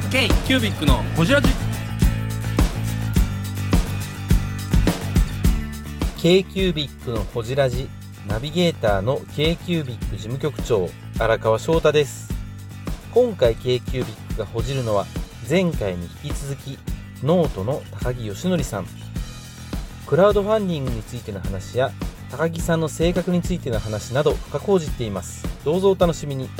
K キュービックのホジラジ K キュービックのホジラジナビゲーターの K キュービック事務局長荒川翔太です。今回 K キュービックがほじるのは前回に引き続きノートの高木義則さん。クラウドファンディングについての話や高木さんの性格についての話など深く報じています。どうぞお楽しみに。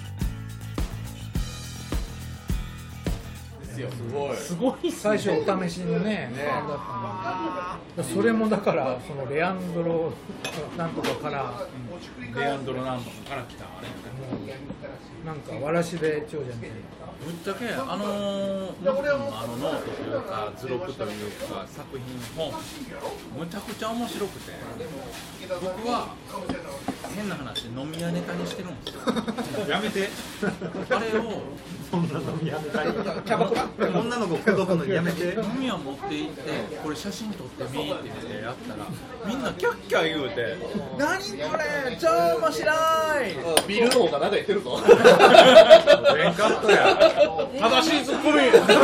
すごい最初お試しのねあれだったのに、それもだからそのレアンドロなんとかからレアンドロなんとかから来たあれなんかわらしべ長者みたいな。 ぶっちゃけノートというか図録というか作品本むちゃくちゃ面白くて、僕は変な話飲み屋ネタにしてるんですよ。やめてあれをそんな飲み屋ネタにキャバクラ女の子口説くのにやめて、 飲み屋持って行ってこれ写真撮ってみーって言ってやったらみんなキャッキャ言うて何これ超面白いビルの方がなんか言ってるぞ全カットや正しいツッコミ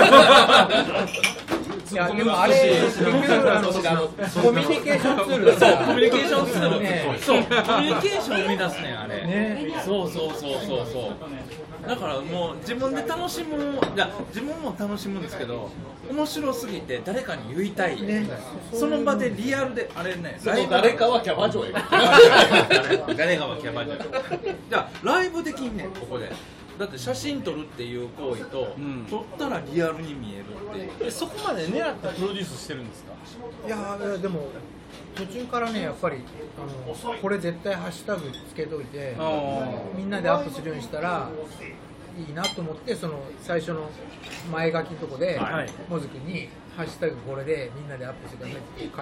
いやでもあれ結局コミュニケーションツールだから。 コミュニケーションツールね、 そうコミュニケーションを生み出すねんあれね。 そうだからもう自分で楽しむ、いや自分も楽しむんですけど面白すぎて誰かに言いたい、ね、その場でリアルであれね、 その誰かはキャバ嬢や誰かはキャバ嬢じゃあライブできんねんここで。だって写真撮るっていう行為と、撮ったらリアルに見えるっていう。 そこまで狙ってプロデュースしてるんですか？ いやでも途中からねやっぱりこれ絶対ハッシュタグつけといてみんなでアップするようにしたらいいなと思って、その最初の前書きのとこで、はい、もずくにハッシュタグこれでみんなでアップしてくださいって書いてもらって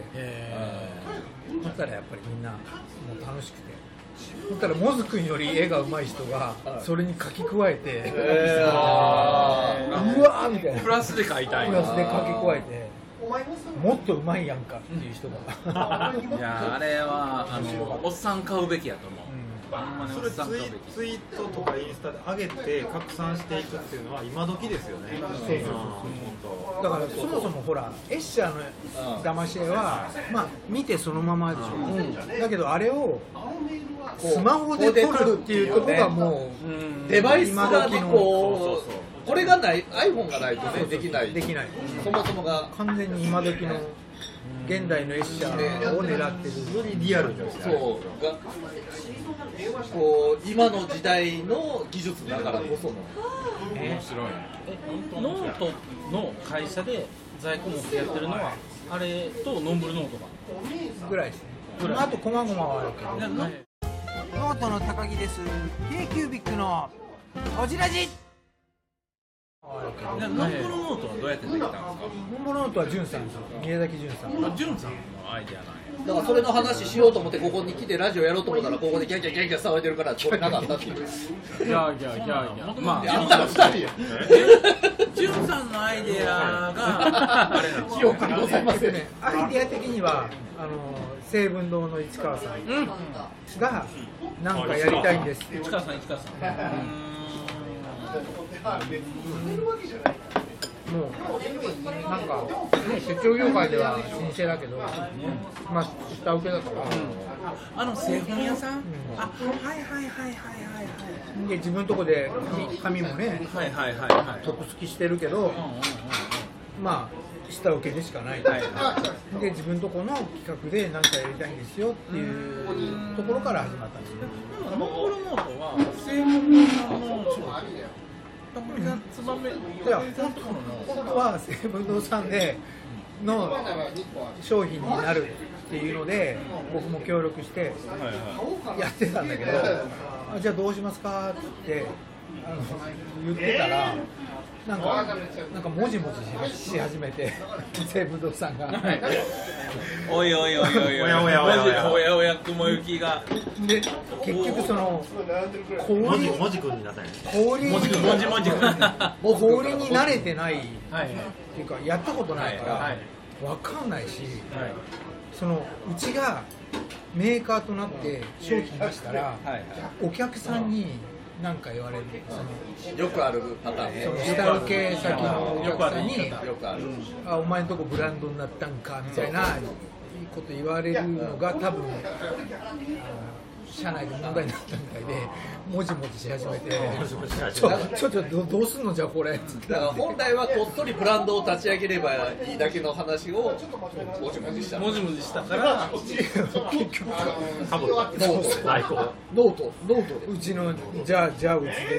、そしたらやっぱりみんなもう楽しくて。そしたらモズ君より絵が上手い人がそれに書き加えて、うわーみたいな、 プラスで書いたい、 プラスで書き加えてもっと上手いやんかっていう人が、 いやあれはおっさん買うべきやと思う。 それツイートとかインスタで上げて拡散していくっていうのは今時ですよね。 そうだからそもそもほらエッシャーの騙し絵はまあ見てそのままでしょ、だけどあれをスマホで撮るっていうところがもうデバイスがねこれがない iPhone がないとねできない、そもそもが完全に今時の現代のエッシャーを狙ってる、 よりリアルですね。 そうがこう今の時代の技術だからこその面白い。ノートの会社で在庫持ってやってるのはあれとノンブルノートぐらいですね。あと細々はあるけど、ノートの高木です。 K キュービックのホジラジ。 ノンブルノートはどうやってできたんですか？ ノンブルノートはジュンさんですよ。宮崎ジュンさん。 ジュンさんのアイデアなんや。 だからそれの話しようと思ってここに来てラジオやろうと思ったらここでギャンギャンギャンギャン騒いでるからこれなかったっていう。 ギャーギャーギャーギャー。まああんたら2人や。 ジュンさんのアイデアがあれなんですよ。 記憶にございませんね。 アイデア的には成文堂の市川さんがなんかやりたいんです。 市川さん。 もうなんか、ね、出張業界では新生だけど、まあ下請けだから、 製本屋さん、 で自分のとこで紙もね、特付きしてるけど、まあ下請けでしかない、で自分のとこの企画で何かやりたいんですよっていうところから始まったんですよ。 ノンブルノートは製本屋さんの仕事で。 いや本当は成文堂さんでの商品になるっていうので僕も協力してやってたんだけど、じゃあどうしますかって言ってたらなんかもじもじし始めて成文堂さんがおいお雲行きがで結局その文字くんになったんやね。 氷に慣れてないっていうかやったことないから分かんないし、そのうちがメーカーとなって商品出したらお客さんになんか言われる、 よくあるパターンね。 その下請け先のお客さんに、 よくある。 あ、お前んとこブランドになったんかみたいなこと言われるのが多分社内で問題になったみたいで、もじもじし始めて、ちょっとどうすんのじゃあこれ。 だから本来はこっそりブランドを立ち上げればいいだけの話をもじもじした。 もじもじしたから結局ノートで。 うちのじゃあうちで。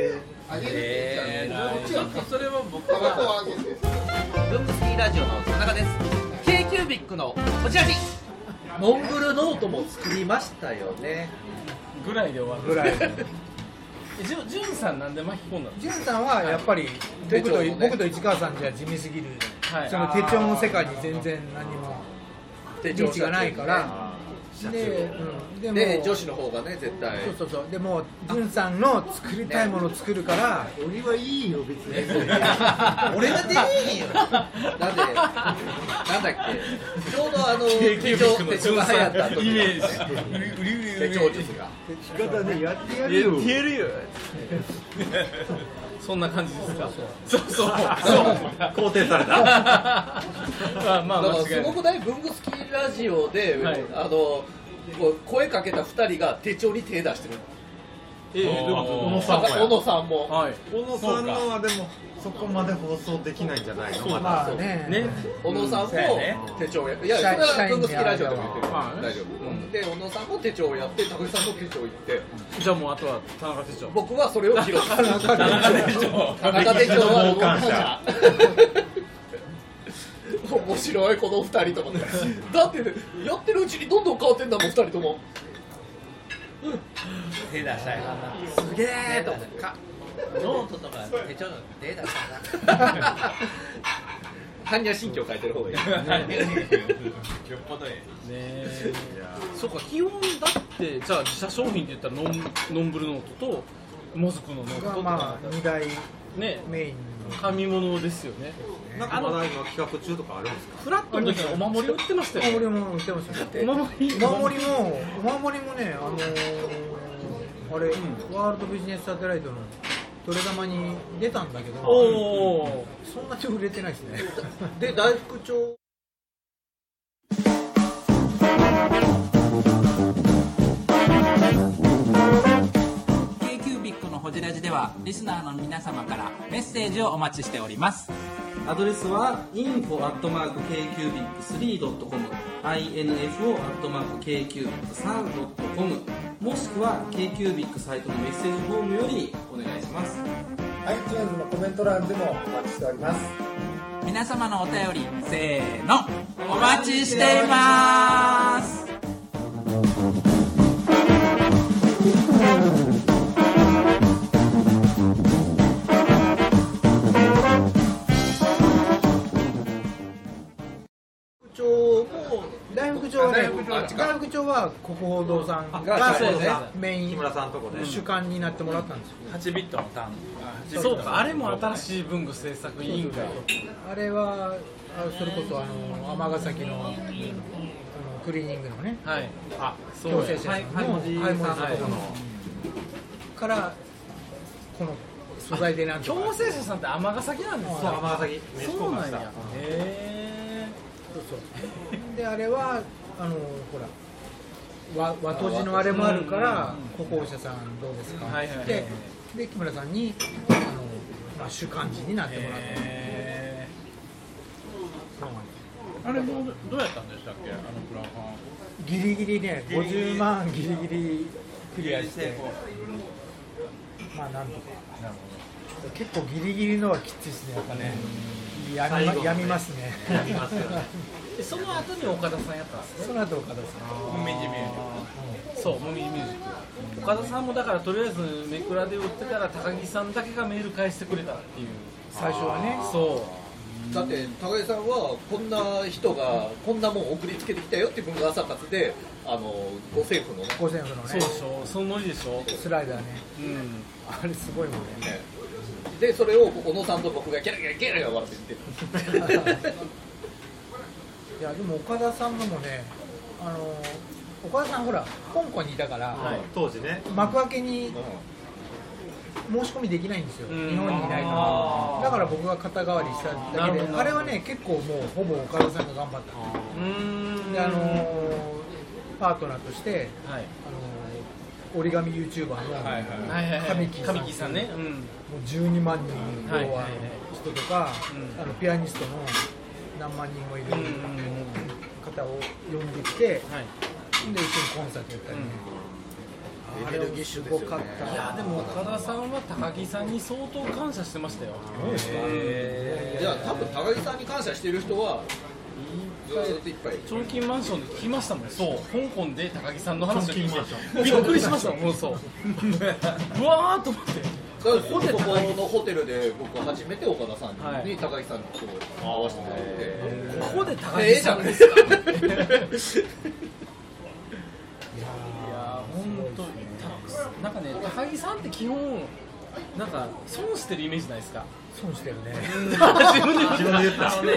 それは僕はブングスキーラジオの田中です。 k キュービックのこちらにモンブルノートも作りましたよね。 ぐらいで終わるぐらい。 じゅんさんなんで巻き込んだの？ じゅんさんはやっぱり僕と市川さんじゃ地味すぎる、その手帳の世界に全然何もリーチがないから。 で女子の方がね絶対そうでもじゅんさんの作りたいものを作るから、 俺はいいよ別に。 俺がでいいよ。なんだっけ、ちょうど手帳が流行った時イメージ手帳術が仕方ねやってやるよ。 そんな感じですか？そう肯定された。 だからすごくない？ブングスキーラジオで、声かけた2人が手帳に手出してる。 小野さんも。 小野さんのはでもそこまで放送できないんじゃないの？ まあね。 小野さんも手帳をやって、いやそれはブングスキーラジオでも言ってる。大丈夫。で小野さんも手帳をやって、高木さんも手帳を言って。 じゃあもうあとは田中手帳。 僕はそれを記録。田中手帳は傍観者。 面白いこの2人とも。だってやってるうちにどんどん変わってんだもん2人とも。 手出したいすげえと思って。 ノートとか手帳の手出したいな。 般若心経書いてる方がいい。 よっぽどそうか、基本だってじゃあ自社商品って言ったらノンブルノートとモズクのノートとまあ2大ねメインの紙物ですよね。 なんかまだ今企画中とかあるんですか？ フラットの時はお守り売ってましたよね。 お守りも売ってましたね。 お守りもね、あれ、ワールドビジネスサテライトのトレ玉に出たんだけど、そんなに売れてないですね。 で大福町ホジラジではリスナーの皆様からメッセージをお待ちしております。 アドレスは info@kcubic3.com info@kcubic3.com もしくは KQBIC サイトのメッセージフォームよりお願いします。 iTunes のコメント欄でもお待ちしております。 皆様のお便りせーのお待ちしています。 大福町は国宝堂さんがメイン主幹になってもらったんですよ。 8ビットのターン。そうか、あれも新しい文具制作委員会。 あれはそれこそ尼崎のクリーニングのね、共生者さんのハイモジさんのからこの素材でなんとか。 共生者さんって尼崎なんですか？ 尼崎。 そうなんや。 そうであれはほら和とじのあれもあるから歩行者さんどうですかってで木村さんに主幹事になってもらった。 あれどうやったんでしたっけ？プランファンギリギリね50万ギリギリクリアしてまあなんとか。結構ギリギリのはきついですねやっぱね。やみますね。 その後に岡田さんやったんですね。 その後岡田さん。 もみじミュージック。そう、もみじミュージック。岡田さんもだからとりあえずめくらで売ってたら高木さんだけがメール返してくれたっていう。 最初はね。 そう。 だって高木さんはこんな人がこんなもん送りつけてきたよって文具朝活で五線譜のね。 五線譜のね。 そうでしょ。そのノリでしょ。 スライダーね。 うん。 あれすごいもんね。 でそれを小野さんと僕がギャラギャラギャラギャラ笑って言ってる。 いやでも岡田さんのもね岡田さんほら香港にいたから、 当時ね幕開けに申し込みできないんですよ、日本にいないから。だから僕が肩代わりしただけで、あれはね結構もうほぼ岡田さんが頑張ったで、パートナーとして、折り紙 YouTuber の神木さんね、もう12万人フォロワーの人とか、ピアニストの何万人もいる方を呼んできて、で一緒にコンサートやったりね。あれすごかった。 いやでも岡田さんは高木さんに相当感謝してましたよ。 そうですか。いや多分高木さんに感謝してる人はずっといっぱい。 チョンキンマンションで聞きましたもん。そう、香港で高木さんの話を聞いてびっくりしましたもん。そう。うわーと思って。 そこのホテルで僕初めて岡田さんに高木さんと会わせてもらって、 ここで高木さんですか。本当になんかね、高木さんって基本なんか損してるイメージないですか。 損してるね。 自分で言った。 そう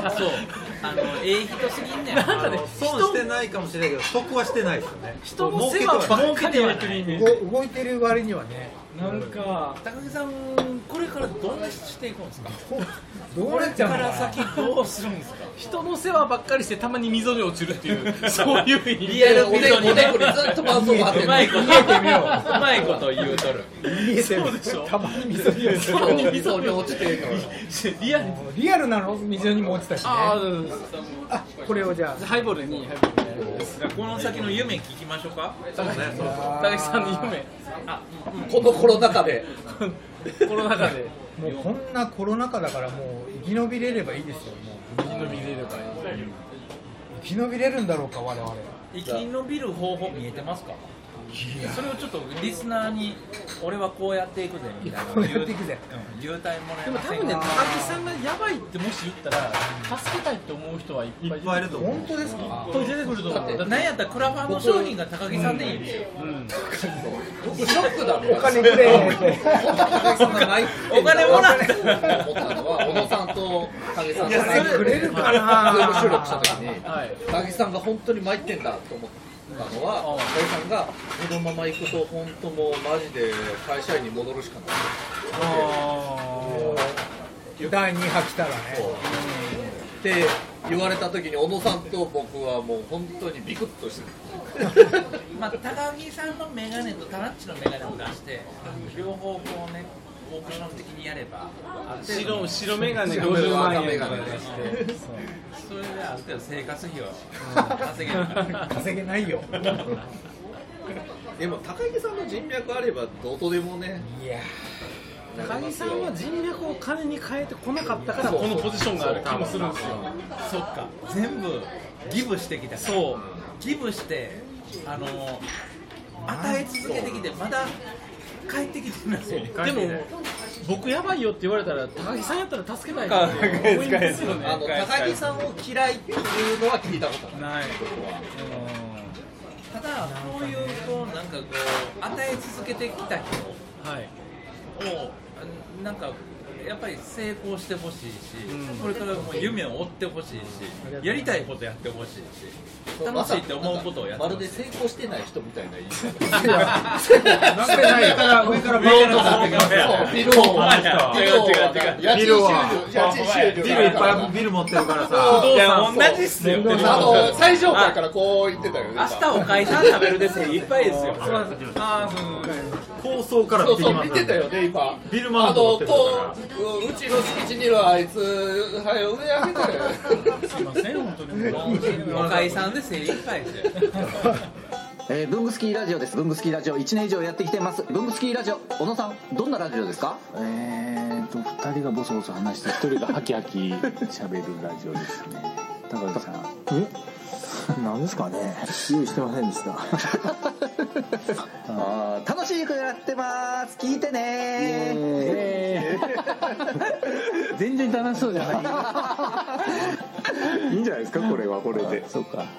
人すぎんねん。 なんかね、損してないかもしれないけど得はしてないですよね。 人の世話ばっかりやってるイメージ。 動いてる割にはね。 なんか高木さんこれからどうしていくんですか。 どうなっちゃうのかな。 これから先どうするんですか。 人の世話ばっかりしてたまに溝に落ちるっていうそういうリアル溝におでこにずっとバンソーがあって、 うまいこと言うとる。 そうでしょ。 たまに溝に落ちてる。溝に落ちてるの。 リアルなの溝にも落ちたしね。あ、これをじゃあハイボールにこの先の夢聞きましょうか。 そうね。高木さんの夢。 このコロナ禍で。 コロナ禍で。 もうこんなコロナ禍だからもう生き延びれればいいですよ。もう生き延びれれば生き延びれるんだろうか我々。 生き延びる方法見えてますか。それをちょっとリスナーに俺はこうやっていくぜみたいな言うたいもらえませんか。 でも多分ね、高木さんがやばいってもし言ったら助けたいって思う人はいっぱいいると思う。 本当ですか。 これ出てくると思う。 何やったらクラファンの商品が高木さんでいいんですよ。 僕ショックだもん。 お金くれ。 高木さんがないお金もらって思ったのは小野さんと影さんがくれるかな。 収録した時に高木さんが本当に参ってんだと思ってたのは、高木さんがこのまま行くと本当もうマジで会社員に戻るしかない。 第2波来たらね。 って言われた時に小野さんと僕はもう本当にビクッとしてる。 まあ高木さんのメガネとタナッチのメガネを出して両方こうねオークション的にやれば白メガネ50万円とか出してそれである程度生活費を稼げないよ。 でも高木さんの人脈あればどうとでもね。 いや高木さんは人脈を金に変えてこなかったからこのポジションがある気もするんですよ。 そっか全部ギブしてきたから。そうギブして与え続けてきてまだ帰ってきてない。 でも僕やばいよって言われたら高木さんやったら助けないと思うんですよね。 高木さんを嫌いっていうのは聞いたことない。 ただこういうとなんかこう与え続けてきた人をなんかやっぱり成功してほしいし、これからもう夢を追ってほしいし、やりたいことやってほしいし、楽しいって思うことをやってほしい。 まるで成功してない人みたいな言い方。 上からビルをビルいっぱいビル持ってるからさ。 いや同じっすよ。 最上階からこう言ってたよね。 明日おかいさん食べるで精いっぱいですよ。 高層から見てきます。 見てたよね今。 ビルマウント持ってるから。 うちの敷地にはあいつはよ上上げたよ。 すいません本当に。 おかいさんで精一杯ですよ。 ブングスキーラジオです。ブングスキーラジオ1年以上やってきてます。ブングスキーラジオ、小野さんどんなラジオですか ？2人がボソボソ話して1人がハキハキ喋るラジオですね。高木さん何ですかね、用意してませんでした楽しくやってます、聞いてね全然楽しそうじゃないいいんじゃないですか、これはこれで。そうか。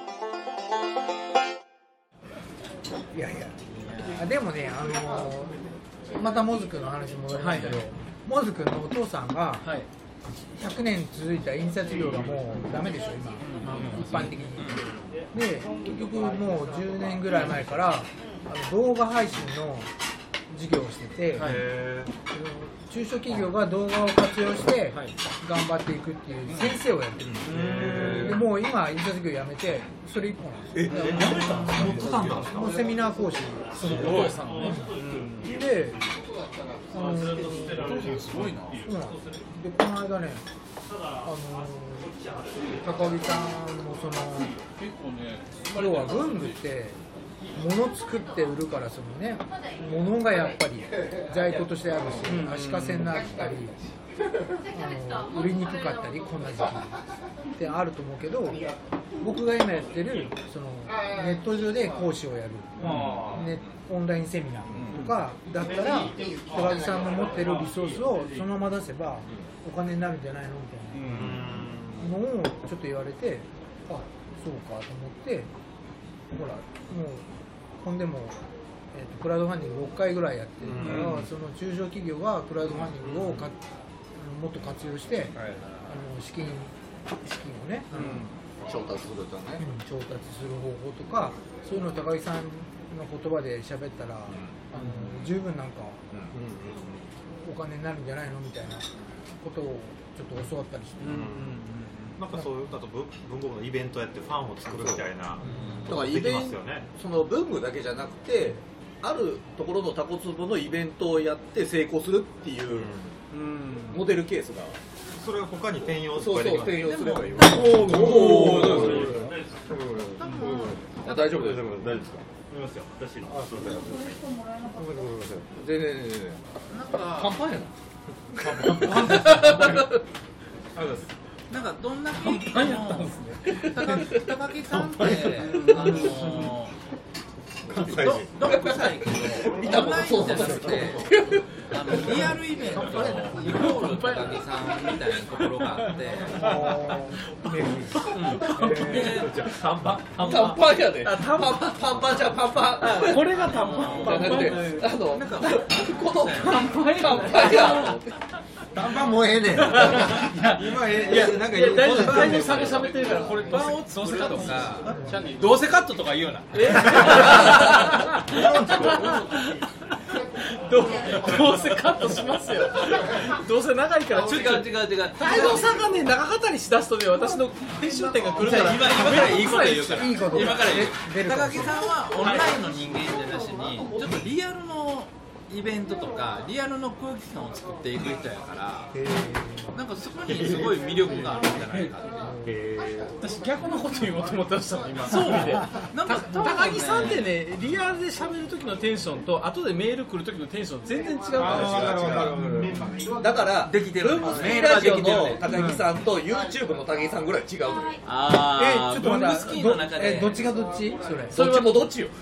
いやいやでもね、またモズ君の話に戻りますけど、モズ君のお父さんが100年続いた印刷業がもうダメでしょ今、一般的に。で結局もう10年ぐらい前から動画配信の授業をしてて、中小企業が動画を活用して頑張っていくっていう先生をやってるんですでもう今印刷業辞めてそれ一本なんですよ。辞めたんですか？もうセミナー講師そのお父さんのね。で、すごいな。でこの間ね、高木さんもその要は文具って物作って売るからそのね物がやっぱり在庫としてあるし足かせになったり売りにくかったりこんな時期ってあると思うけど僕が今やってるそのネット上で講師をやるオンラインセミナーとかだったら高木さんの持ってるリソースをそのまま出せばお金になるんじゃないのみたいなのをちょっと言われてあそうかと思ってほらもうほんでも、クラウドファンディング6回ぐらいやってるから、その中小企業がクラウドファンディングをもっと活用して、資金をね、 調達するとね、 調達する方法とかそういうのを高木さんの言葉で喋ったら、十分なんか、お金になるんじゃないのみたいなことをちょっと教わったりして。 なんかそういうだと文具のイベントやってファンを作るみたいなだからイベント、その文具だけじゃなくてあるところのタコツボのイベントをやって成功するっていうモデルケースがそれを他に転用すればいい。転用すればいい。大丈夫ですか？見ますよ。私全然なんか乾杯やな。 なんかどんだけ高木さんってどこさえ見たことそうじゃなくてリアルイベントイコール高木さんみたいなところがあって短パンやで短パンじゃパンパンこれが短パンじゃなくてこの短パンや短パンもうええねん今なんか大丈夫下げしゃべってるからこれパンを作るとかどうせカットとか言うなどうせカットしますよどうせ長いから違う太蔵さんがね長かったりしだすとね私の編集点が来るから今からいいこと言うからいいこと今から高木さんはオンラインの人間じゃなしにちょっとリアルのイベントとかリアルの空気感を作っていく人やからなんかそこにすごい魅力があるんじゃないかって私逆のこと言おうと思ってましたもん今そうでなんか高木さんってねリアルで喋る時のテンションと後でメール来る時のテンション全然違うからだからできてる文具スキーラジオの高木さんと YouTube の高木さんぐらい違うのよちょっと待ってどっちがどっちそれどっちもどっちよ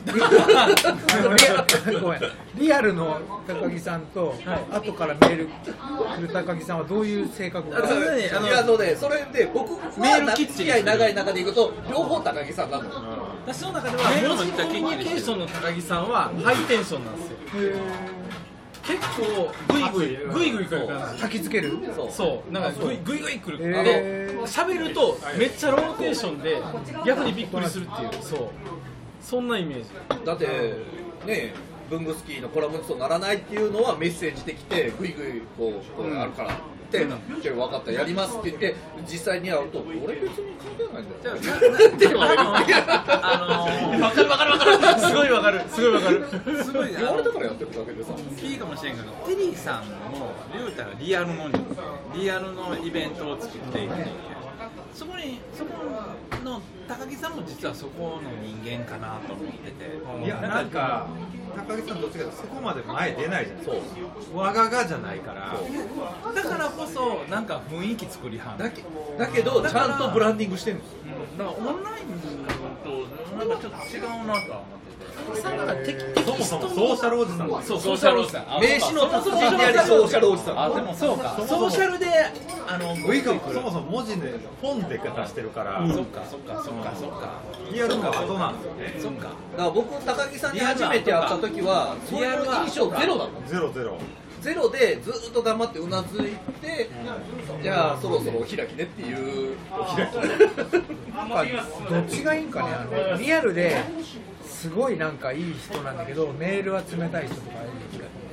ごめんリアルの高木さんと後からメール来る高木さんはどういう性格がいやそれで僕は付き合い長い中でいくと両方高木さんなの私の中では文字コミュニケーションの高木さんはハイテンションなんですよ結構グイグイくる感じ焚きつけるそうなんかグイグイくる喋るとめっちゃローテーションで逆にびっくりするっていうそんなイメージだってね文具スキーのコラムにそうならないっていうのはメッセージできてグイグイこうあるからって分かったやりますって言って実際に会うと俺別に関係ないんだよって言われる分かるすごい分かるすごい言われたからやってるだけでさいいかもしれんけどテリーさんも言うたらリアルのイベントを作っていくそこの高木さんも実はそこの人間かなと思ってていやなんか高木さんどっちかというとそこまで前出ないじゃないですかわががじゃないからだからこそなんか雰囲気作りはんだけどちゃんとブランディングしてるんですよだからオンラインとなんかちょっと違うなとは思っててそもそもソーシャルおじさんそうソーシャルおじさん名刺の達人でありソーシャルおじさんでもそうかソーシャルでそもそも文字で本で出してるからそっかリアルなことなんですよねそっかだから僕高木さんに初めて会った時はそういう印象ゼロだったゼロでずっと黙ってうなずいてじゃあそろそろお開きねっていうお開きどっちがいいんかねリアルですごいなんかいい人なんだけどメールは冷たい人とかいるんですか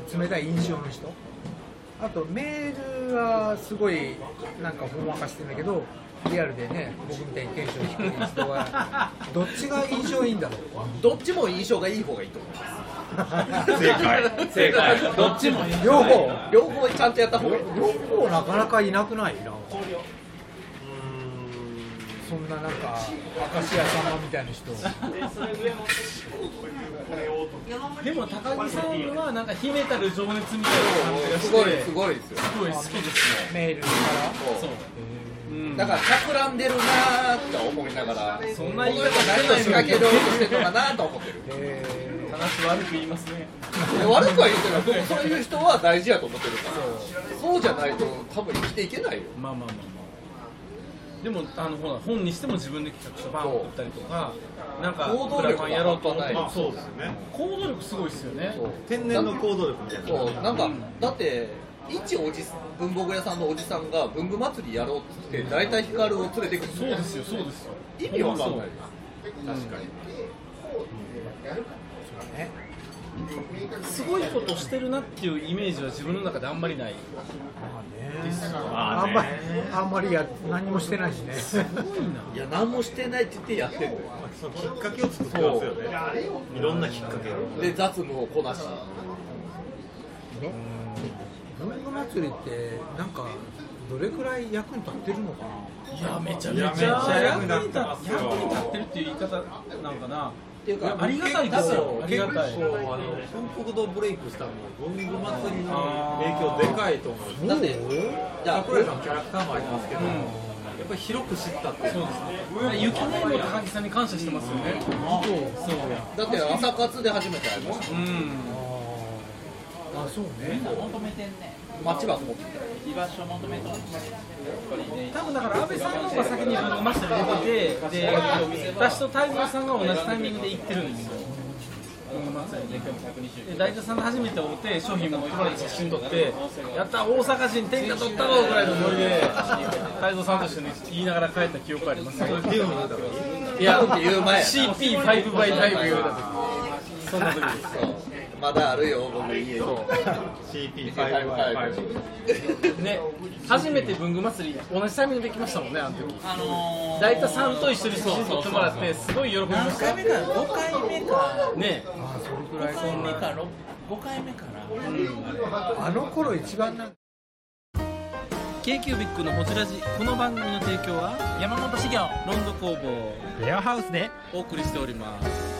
冷たい印象の人、あとメールはすごいなんかほんわかしてるんだけど、リアルでね、僕みたいにテンション低い人はどっちが印象いいんだろう。 どっちも印象がいい方がいいと思います。 正解。どっちもいい。 両方ちゃんとやった方がいい。 両方なかなかいなくないな。そんななんか明石家さんまみたいな人。 でも高木さんはなんか秘めたる情熱みたいな感じがしてすごいですよ。 すごい好きですね。 メールからそう。 だから企んでるなーって思いながら、 そんな言い方何を仕掛けようとしてるのかなと思ってる。 話悪く言いますね。 悪くは言ってない。そういう人は大事やと思ってるから。そうじゃないと多分生きていけないよ。 まあ。でもほら本にしても自分で企画書バーン送ったりとか、なんかクラファンやろうと思っても、 そうですよね。 行動力すごいですよね。 天然の行動力みたいな。 そうなんかだって一文房具屋さんのおじさんが文具祭りやろうって言って大体光を連れてくる。 そうですよ。 意味わかんない。 確かに。 すごいことしてるなっていうイメージは自分の中であんまりない。 あんまり何もしてないしね。 いや何もしてないって言ってやってるのよ。 そのきっかけを作ってますよね。いろんなきっかけで雑務をこなし。 文具祭りってなんかどれくらい役に立ってるのかな。 いやめちゃめちゃ役に立ってるっていう言い方なんかな。 っていうかありがたいですよ。ありがたい。 文福堂ブレイクしたのも文具祭りの影響でかいと思う。 だって桜井さんのキャラクターもありますけど、やっぱり広く知ったっていう。 そうですね。ゆきねも高木さんに感謝してますよね。そうだって朝活で初めて会いました。 あ、そうね。 求めてんね。 町は持って居場所求めてんね。 多分だから安倍さんの方が先に文具マスターに出てて、で私と太蔵さんが同じタイミングで行ってるんですよ。文具祭りで大田さんと初めて会って商品も配り写真撮ってやった大阪人天下取ったろぐらいのノリで太蔵さんと一緒に言いながら帰った記憶あります。いやって言う前やな CP5 by 5言うた時そんな時です。 まだあるよ僕家に。 CP5 ね、初めて文具祭り同じタイミングできましたもんね、あの時。大田さんと一緒に撮ってもらってすごい喜びました。 何回目か5回目かね、 5回目か5回目かな。 あの頃一番なん K-Cubic のホジラジ、この番組の提供は山本修行ロンド工房レアハウスでお送りしております。